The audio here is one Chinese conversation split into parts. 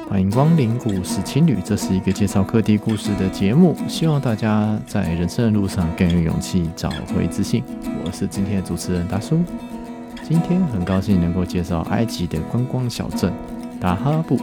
欢迎光临故事青旅，这是一个介绍各地故事的节目，希望大家在人生的路上更有勇气，找回自信。我是今天的主持人大叔，今天很高兴能够介绍埃及的观光小镇达哈布。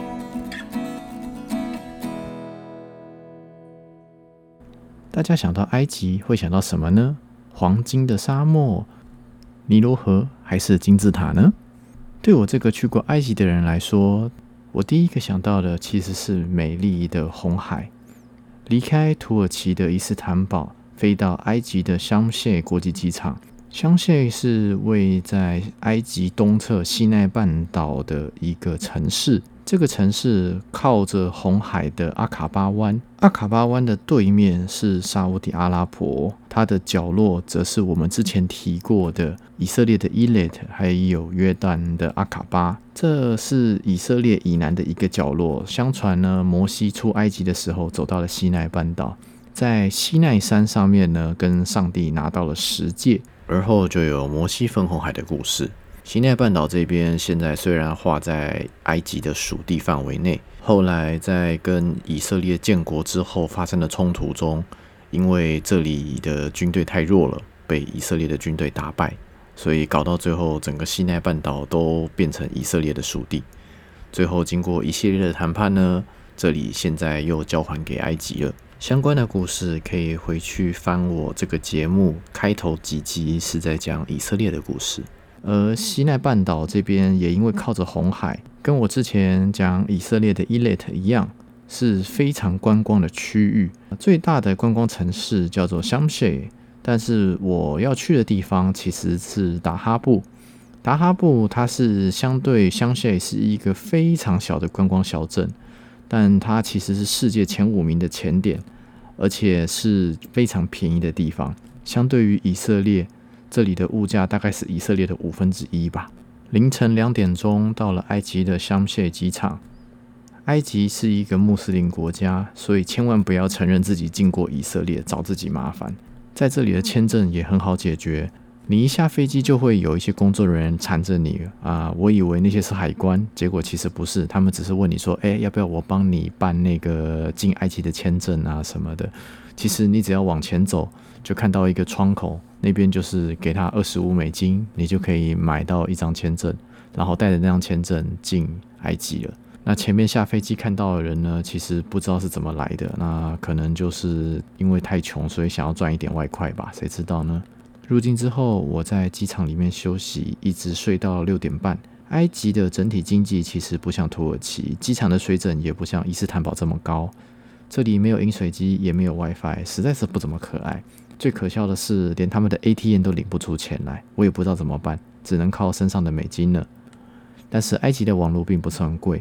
大家想到埃及会想到什么呢？黄金的沙漠、尼罗河还是金字塔呢？对我这个去过埃及的人来说，我第一个想到的其实是美丽的红海。离开土耳其的伊斯坦堡，飞到埃及的香榭国际机场。香榭是位在埃及东侧西奈半岛的一个城市。这个城市靠着红海的阿卡巴湾，阿卡巴湾的对面是沙烏地阿拉伯，它的角落则是我们之前提过的以色列的伊勒特，还有约旦的阿卡巴。这是以色列以南的一个角落。相传呢，摩西出埃及的时候走到了西奈半岛，在西奈山上面呢，跟上帝拿到了十诫，而后就有摩西分红海的故事。西奈半岛这边现在虽然划在埃及的属地范围内，后来在跟以色列建国之后发生的冲突中，因为这里的军队太弱了，被以色列的军队打败，所以搞到最后整个西奈半岛都变成以色列的属地。最后经过一系列的谈判呢，这里现在又交还给埃及了。相关的故事可以回去翻我这个节目开头几集，是在讲以色列的故事。而西奈半岛这边也因为靠着红海，跟我之前讲以色列的伊勒特一样，是非常观光的区域。最大的观光城市叫做香榭，但是我要去的地方其实是达哈布。达哈布它是相对香榭是一个非常小的观光小镇，但它其实是世界前5名的前点，而且是非常便宜的地方。相对于以色列，这里的物价大概是以色列的1/5吧。凌晨2点钟到了埃及的香榭机场。埃及是一个穆斯林国家，所以千万不要承认自己进过以色列，找自己麻烦。在这里的签证也很好解决，你一下飞机就会有一些工作人员缠着你我以为那些是海关，结果其实不是，他们只是问你说，要不要我帮你办那个进埃及的签证啊什么的。其实你只要往前走，就看到一个窗口，那边就是给他$25，你就可以买到一张签证，然后带着那张签证进埃及了。那前面下飞机看到的人呢，其实不知道是怎么来的，那可能就是因为太穷，所以想要赚一点外快吧，谁知道呢？入境之后，我在机场里面休息，一直睡到6点半。埃及的整体经济其实不像土耳其，机场的水准也不像伊斯坦堡这么高。这里没有饮水机，也没有 WiFi， 实在是不怎么可爱。最可笑的是，连他们的 ATM 都领不出钱来，我也不知道怎么办，只能靠身上的美金了。但是埃及的网络并不是很贵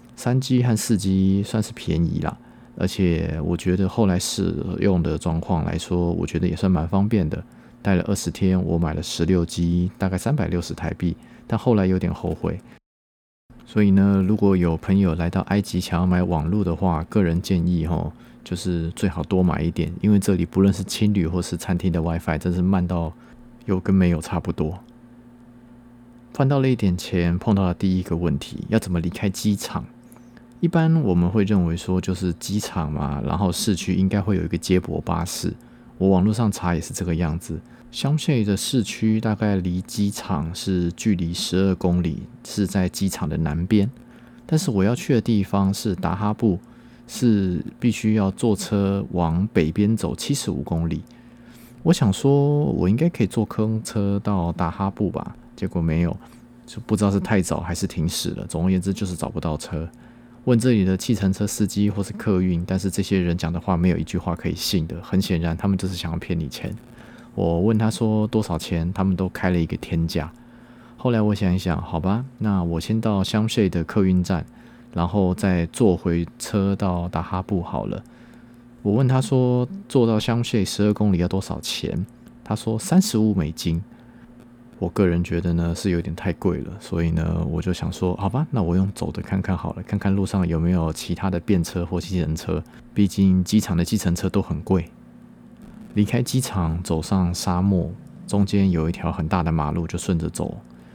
，3G 和4G 算是便宜啦，而且我觉得后来使用的状况来说，我觉得也算蛮方便的。待了20天，我买了16G，大概360台币，但后来有点后悔。所以呢，如果有朋友来到埃及想要买网路的话，个人建议就是最好多买一点，因为这里不论是青旅或是餐厅的 WiFi 真是慢到有跟没有差不多。换到了1点前，碰到了第一个问题，要怎么离开机场？一般我们会认为说就是机场嘛，然后市区应该会有一个接驳巴士，我网络上查也是这个样子。香榭的市区大概离机场是距离12公里，是在机场的南边。但是我要去的地方是达哈布，是必须要坐车往北边走75公里。我想说我应该可以坐客车到达哈布吧，结果没有，就不知道是太早还是停驶了。总而言之就是找不到车。问这里的计程车司机或是客运，但是这些人讲的话没有一句话可以信的，很显然他们就是想要骗你钱。我问他说多少钱，他们都开了一个天价。后来我想一想，好吧，那我先到香榭的客运站，然后再坐回车到达哈布好了。我问他说坐到香榭12公里要多少钱，他说$35。我个人觉得呢是有点太贵了，所以呢我就想说好吧，那我用走的看看好了，看看路上有没有其他的便车或计程车，毕竟机场的计程车都很贵。离开机场走上沙漠，中间有一条很大的马路，就顺着走。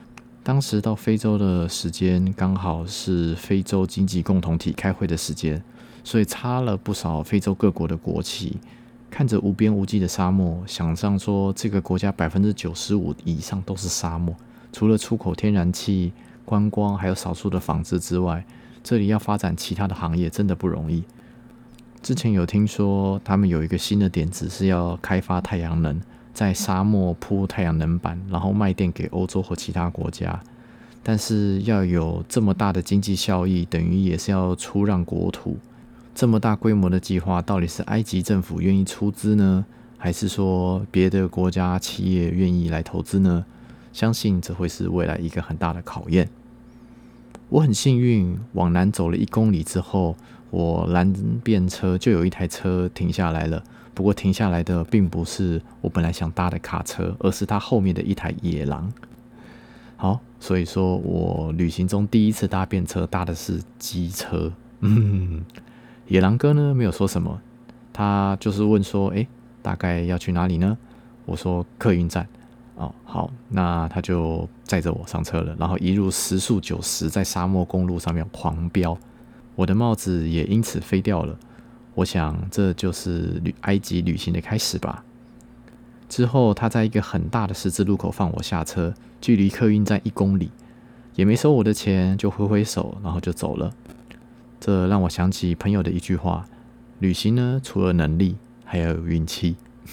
当时到非洲的时间刚好是非洲经济共同体开会的时间，所以插了不少非洲各国的国旗。看着无边无际的沙漠，想象说这个国家95%以上都是沙漠，除了出口天然气、观光还有少数的纺织之外，这里要发展其他的行业真的不容易。之前有听说他们有一个新的点子是要开发太阳能，在沙漠铺太阳能板，然后卖电给欧洲或其他国家。但是要有这么大的经济效益，等于也是要出让国土。这么大规模的计划，到底是埃及政府愿意出资呢，还是说别的国家企业愿意来投资呢？相信这会是未来一个很大的考验。我很幸运，往南走了1公里之后，我拦便车就有一台车停下来了。不过停下来的并不是我本来想搭的卡车，而是它后面的一台野狼。好，所以说我旅行中第一次搭便车，搭的是机车。野狼哥呢没有说什么，他就是问说，大概要去哪里呢？我说客运站。好，那他就载着我上车了，然后一路时速90在沙漠公路上面狂飙，我的帽子也因此飞掉了。我想这就是埃及旅行的开始吧。之后他在一个很大的十字路口放我下车，距离客运站1公里，也没收我的钱，就挥挥手，然后就走了。这让我想起朋友的一句话：旅行呢，除了能力，还要有运气。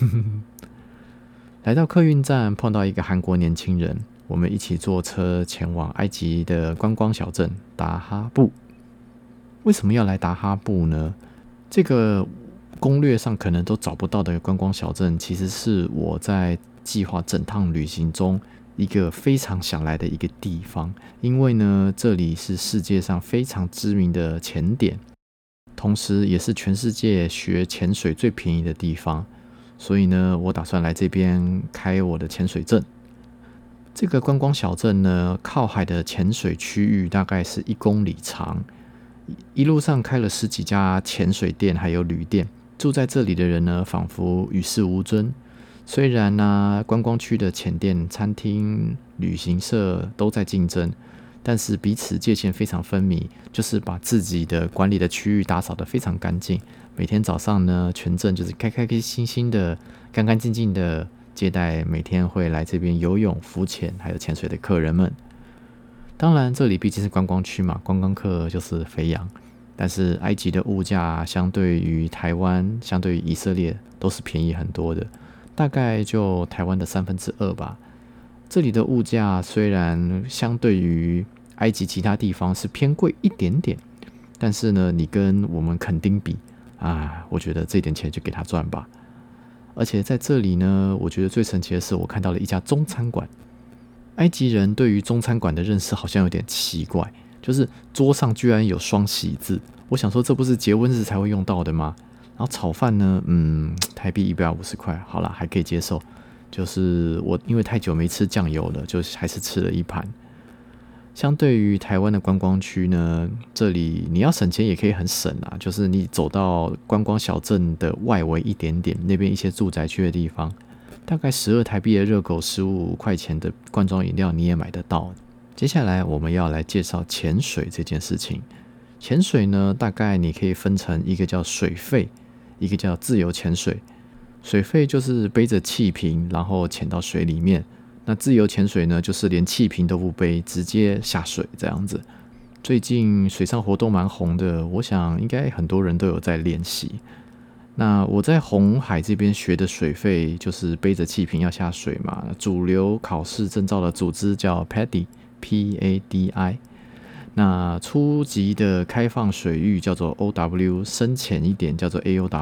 来到客运站，碰到一个韩国年轻人，我们一起坐车前往埃及的观光小镇达哈布。为什么要来达哈布呢？这个攻略上可能都找不到的观光小镇，其实是我在计划整趟旅行中一个非常想来的一个地方。因为呢，这里是世界上非常知名的潜点，同时也是全世界学潜水最便宜的地方。所以呢，我打算来这边开我的潜水证。这个观光小镇呢，靠海的潜水区域大概是1公里长，一路上开了10几家潜水店还有旅店，住在这里的人呢，仿佛与世无争。虽然呢，观光区的潜店、餐厅、旅行社都在竞争，但是彼此界限非常分明，就是把自己的管理的区域打扫得非常干净。每天早上呢，全镇就是开开心心的、干干净净的接待每天会来这边游泳、浮潜还有潜水的客人们。当然，这里毕竟是观光区嘛，观光客就是肥羊。但是埃及的物价相对于台湾、相对于以色列都是便宜很多的，大概就台湾的2/3吧。这里的物价虽然相对于埃及其他地方是偏贵一点点，但是呢，你跟我们垦丁比我觉得这点钱就给他赚吧。而且在这里呢，我觉得最神奇的是，我看到了一家中餐馆。埃及人对于中餐馆的认识好像有点奇怪，就是桌上居然有双喜字。我想说，这不是结婚日才会用到的吗？然后炒饭呢，台币150块，好啦，还可以接受。就是我因为太久没吃酱油了，就还是吃了一盘。相对于台湾的观光区呢，这里你要省钱也可以很省啊，就是你走到观光小镇的外围一点点，那边一些住宅区的地方，大概12台币的热狗，15块钱的罐装饮料你也买得到。接下来我们要来介绍潜水这件事情。潜水呢，大概你可以分成一个叫水肺，一个叫自由潜水。水肺就是背着气瓶，然后潜到水里面。那自由潜水呢，就是连气瓶都不背，直接下水这样子。最近水上活动蛮红的，我想应该很多人都有在练习。那我在红海这边学的水肺，就是背着气瓶要下水嘛。主流考试证照的组织叫 PADI， 那初级的开放水域叫做 OW， 深浅一点叫做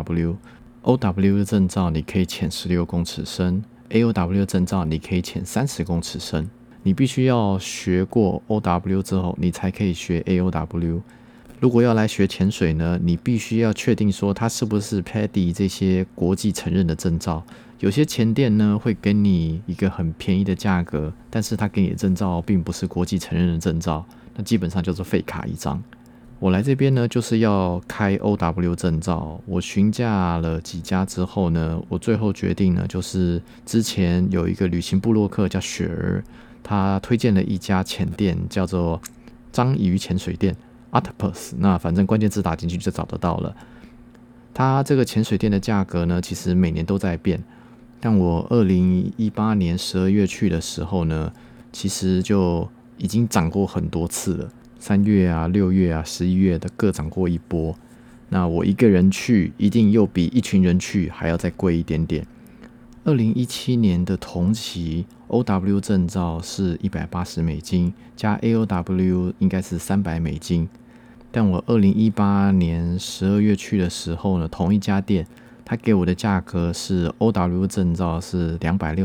AOW。OW 证照你可以潜16公尺深，AOW 证照你可以潜30公尺深。你必须要学过 OW 之后，你才可以学 AOW。如果要来学潜水呢，你必须要确定说它是不是 PADI 这些国际承认的证照。有些潜店呢会给你一个很便宜的价格，但是他给你的证照并不是国际承认的证照，那基本上就是废卡一张。我来这边呢，就是要开 OW 证照。我询价了几家之后呢，我最后决定呢，就是之前有一个旅行部落客叫雪儿， 他推荐了一家潜店，叫做章鱼潜水店 Octopus， 那反正关键字打进去就找得到了。它这个潜水店的价格呢，其实每年都在变，但我2018年12月去的时候呢，其实就已经涨过很多次了，3月啊、6月啊、11月的各涨过一波。那我一个人去，一定又比一群人去还要再贵一点点。2017年的同期 OW 证照是$180，加 AOW 应该是$300。但我2018年12月去的时候呢，同一家店，他给我的价格是 OW 证照是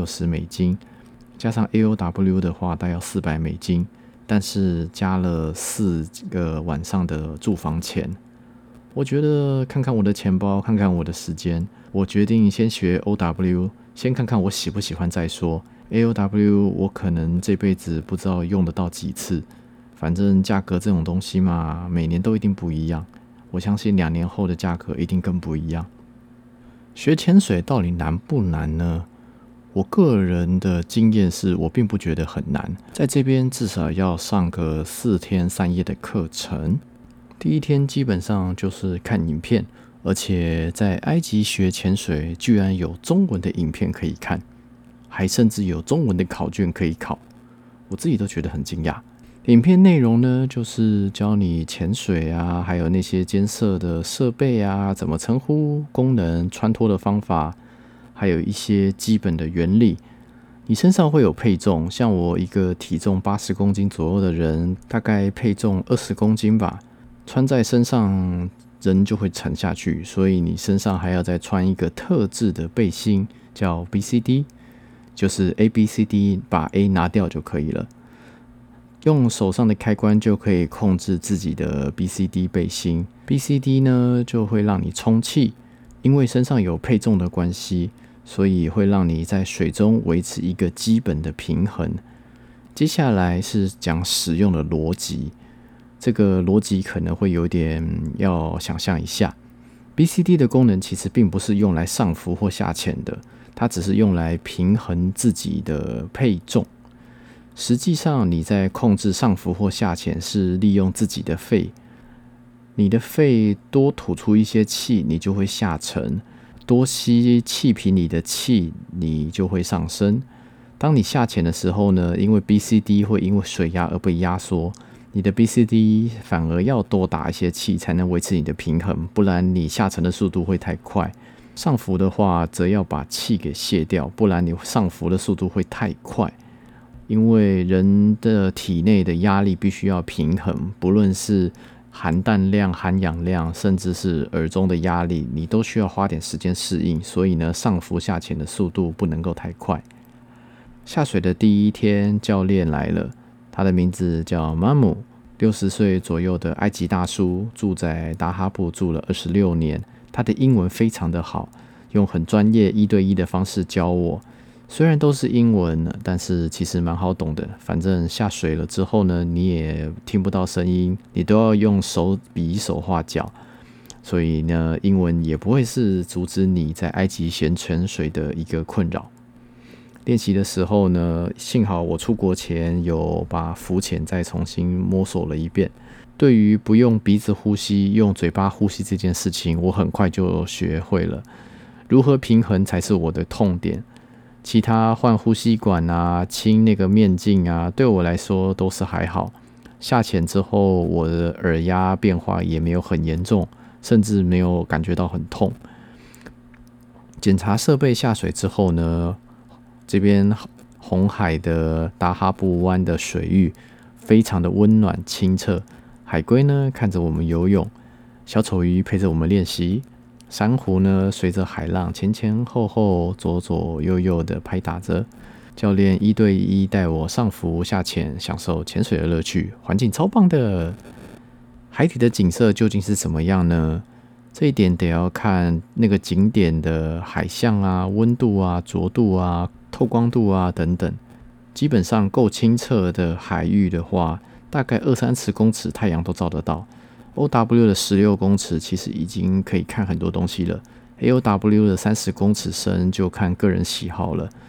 $260，加上 AOW 的话大概要$400，但是加了4个晚上的住房钱。我觉得看看我的钱包，看看我的时间，我决定先学 OW， 先看看我喜不喜欢再说。AOW 我可能这辈子不知道用得到几次。反正价格这种东西嘛，每年都一定不一样。我相信2年后的价格一定更不一样。学潜水到底难不难呢？我个人的经验是我并不觉得很难，在这边至少要上个4天3夜的课程。第一天基本上就是看影片，而且在埃及学潜水居然有中文的影片可以看，还甚至有中文的考卷可以考，我自己都觉得很惊讶。影片内容呢，就是教你潜水啊，还有那些监测的设备啊，怎么称呼、功能、穿脱的方法，还有一些基本的原理。你身上会有配重，像我一个体重80公斤左右的人，大概配重20公斤吧，穿在身上人就会沉下去，所以你身上还要再穿一个特制的背心，叫 BCD， 就是 ABCD， 把 A 拿掉就可以了。用手上的开关就可以控制自己的 BCD 背心。BCD 呢就会让你充气，因为身上有配重的关系，所以会让你在水中维持一个基本的平衡。接下来是讲使用的逻辑，这个逻辑可能会有点要想象一下。BCD 的功能其实并不是用来上浮或下潜的，它只是用来平衡自己的配重。实际上你在控制上浮或下潜是利用自己的肺，你的肺多吐出一些气，你就会下沉，多吸气瓶里的气，你就会上升。当你下潜的时候呢，因为 BCD 会因为水压而被压缩，你的 BCD 反而要多打一些气才能维持你的平衡，不然你下沉的速度会太快。上浮的话则要把气给卸掉，不然你上浮的速度会太快。因为人的体内的压力必须要平衡，不论是含氮量、含氧量，甚至是耳中的压力，你都需要花点时间适应。所以呢，上浮下潜的速度不能够太快。下水的第一天，教练来了，他的名字叫马姆，60岁左右的埃及大叔，住在达哈布住了26年。他的英文非常的好，用很专业1对1的方式教我。虽然都是英文，但是其实蛮好懂的。反正下水了之后呢，你也听不到声音，你都要用手比手画脚，所以呢，英文也不会是阻止你在埃及学潜水的一个困扰。练习的时候呢，幸好我出国前有把浮潜再重新摸索了一遍。对于不用鼻子呼吸，用嘴巴呼吸这件事情，我很快就学会了。如何平衡才是我的痛点。其他换呼吸管啊、清那个面镜啊，对我来说都是还好。下潜之后，我的耳压变化也没有很严重，甚至没有感觉到很痛。检查设备下水之后呢，这边红海的达哈布湾的水域非常的温暖清澈，海龟呢看着我们游泳，小丑鱼陪着我们练习。珊瑚呢，随着海浪前前后后、左左右右的拍打着。教练1对1带我上浮下潜，享受潜水的乐趣，环境超棒的。海底的景色究竟是怎么样呢？这一点得要看那个景点的海象啊、温度啊、浊度啊、透光度啊等等。基本上够清澈的海域的话，大概20-30公尺太阳都照得到。OW 的16公尺其实已经可以看很多东西了， AOW 的30公尺深就看个人喜好了。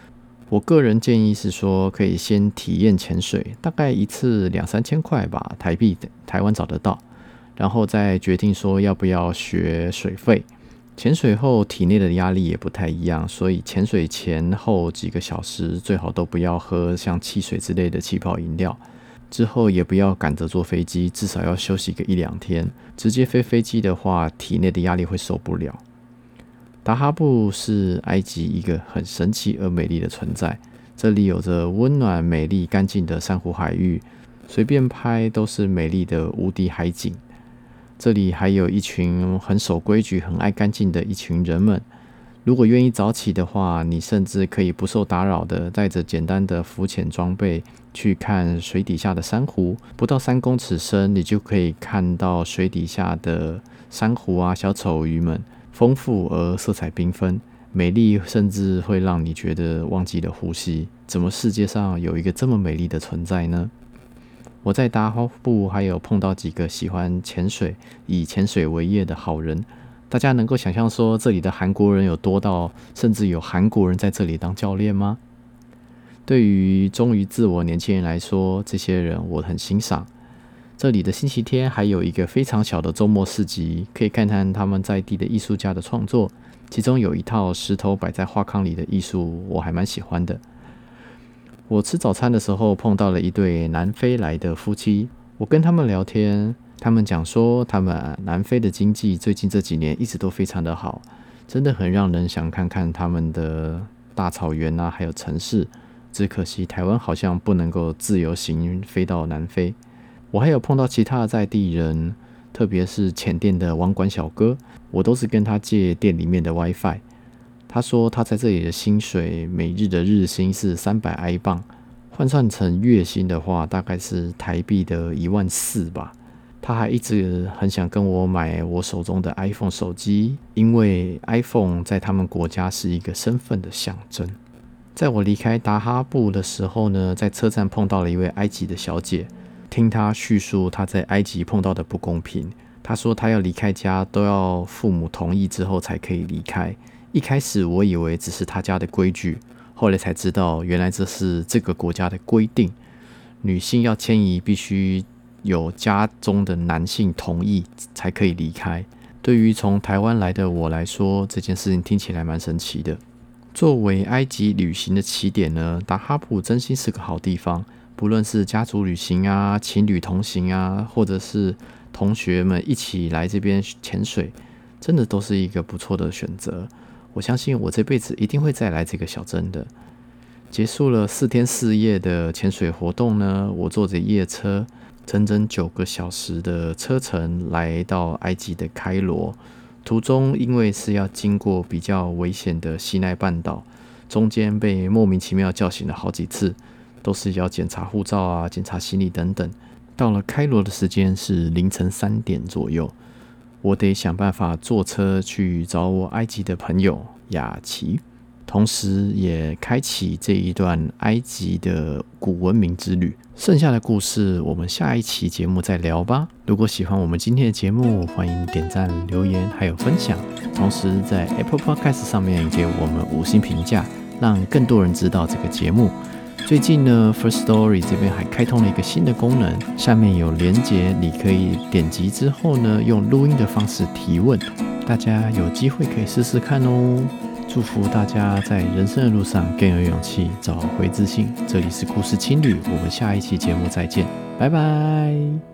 我个人建议是说，可以先体验潜水，大概一次2-3千块吧，台币台湾找得到，然后再决定说要不要学水费。潜水后体内的压力也不太一样，所以潜水前后几个小时最好都不要喝像汽水之类的气泡饮料。之后也不要赶着坐飞机，至少要休息个1-2天。直接飞飞机的话，体内的压力会受不了。达哈布是埃及一个很神奇而美丽的存在，这里有着温暖、美丽、干净的珊瑚海域，随便拍都是美丽的无敌海景。这里还有一群很守规矩、很爱干净的一群人们。如果愿意早起的话，你甚至可以不受打扰的带着简单的浮潜装备去看水底下的珊瑚，不到3公尺深，你就可以看到水底下的珊瑚啊、小丑鱼们，丰富而色彩缤纷，美丽甚至会让你觉得忘记了呼吸。怎么世界上有一个这么美丽的存在呢？我在达哈布还有碰到几个喜欢潜水、以潜水为业的好人。大家能够想象说这里的韩国人有多到甚至有韩国人在这里当教练吗？对于忠于自我年轻人来说，这些人我很欣赏。这里的星期天还有一个非常小的周末市集，可以看看他们在地的艺术家的创作，其中有一套石头摆在画框里的艺术我还蛮喜欢的。我吃早餐的时候碰到了一对南非来的夫妻，我跟他们聊天，他们讲说他们南非的经济最近这几年一直都非常的好，真的很让人想看看他们的大草原啊，还有城市。只可惜台湾好像不能够自由行飞到南非。我还有碰到其他的在地人，特别是潜店的网管小哥，我都是跟他借店里面的 WiFi。他说他在这里的薪水每日的日薪是300埃镑，换算成月薪的话大概是台币的14000吧。他还一直很想跟我买我手中的 iPhone 手机，因为 iPhone 在他们国家是一个身份的象征。在我离开达哈布的时候呢，在车站碰到了一位埃及的小姐，听她叙述她在埃及碰到的不公平。她说她要离开家都要父母同意之后才可以离开。一开始我以为只是她家的规矩，后来才知道原来这是这个国家的规定，女性要迁移必须有家中的男性同意才可以离开。对于从台湾来的我来说，这件事情听起来蛮神奇的。作为埃及旅行的起点呢，达哈布真心是个好地方，不论是家族旅行啊、情侣同行啊，或者是同学们一起来这边潜水，真的都是一个不错的选择。我相信我这辈子一定会再来这个小镇的。结束了4天4夜的潜水活动呢，我坐着夜车，整整9个小时的车程来到埃及的开罗。途中因为是要经过比较危险的西奈半岛，中间被莫名其妙叫醒了好几次，都是要检查护照啊、检查行李等等。到了开罗的时间是凌晨3点左右，我得想办法坐车去找我埃及的朋友雅琪，同时也开启这一段埃及的古文明之旅。剩下的故事我们下一期节目再聊吧。如果喜欢我们今天的节目，欢迎点赞、留言还有分享，同时在 Apple Podcast 上面给我们5星评价，让更多人知道这个节目。最近呢 First Story 这边还开通了一个新的功能，下面有连结，你可以点击之后呢，用录音的方式提问，大家有机会可以试试看哦。祝福大家在人生的路上更有勇气，找回自信。这里是故事青旅，我们下一期节目再见，拜拜。